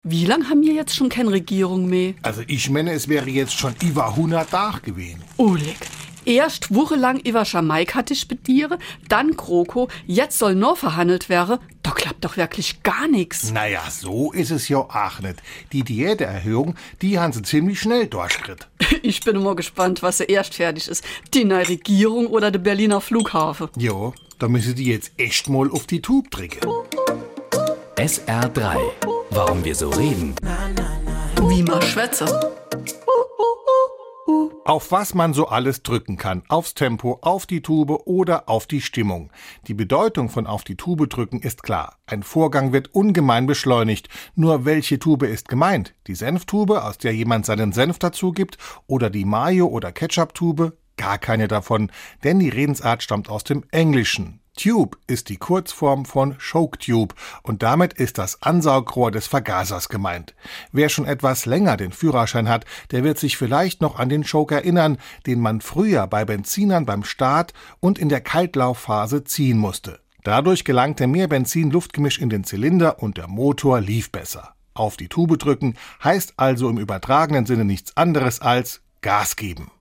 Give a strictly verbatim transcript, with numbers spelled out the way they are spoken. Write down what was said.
Wie lang haben wir jetzt schon keine Regierung mehr? Also ich meine, es wäre jetzt schon über hundert Tage gewesen. Oleg, erst wochenlang über Jamaika disputieren, dann GroKo, jetzt soll noch verhandelt werden. Da klappt doch wirklich gar nichts. Naja, so ist es ja auch nicht. Die Diäteerhöhung, die haben sie ziemlich schnell durchgekriegt. Ich bin immer gespannt, was erst fertig ist. Die neue Regierung oder der Berliner Flughafen. Jo, da müssen die jetzt echt mal auf die Tube drücken. S R drei. Warum wir so reden. Wie man schwätze. Auf was man so alles drücken kann. Aufs Tempo, auf die Tube oder auf die Stimmung. Die Bedeutung von auf die Tube drücken ist klar. Ein Vorgang wird ungemein beschleunigt. Nur welche Tube ist gemeint? Die Senftube, aus der jemand seinen Senf dazu gibt? Oder die Mayo- oder Ketchup-Tube? Gar keine davon, denn die Redensart stammt aus dem Englischen. Tube ist die Kurzform von Choke Tube und damit ist das Ansaugrohr des Vergasers gemeint. Wer schon etwas länger den Führerschein hat, der wird sich vielleicht noch an den Choke erinnern, den man früher bei Benzinern beim Start und in der Kaltlaufphase ziehen musste. Dadurch gelangte mehr Benzin-Luftgemisch in den Zylinder und der Motor lief besser. Auf die Tube drücken heißt also im übertragenen Sinne nichts anderes als Gas geben.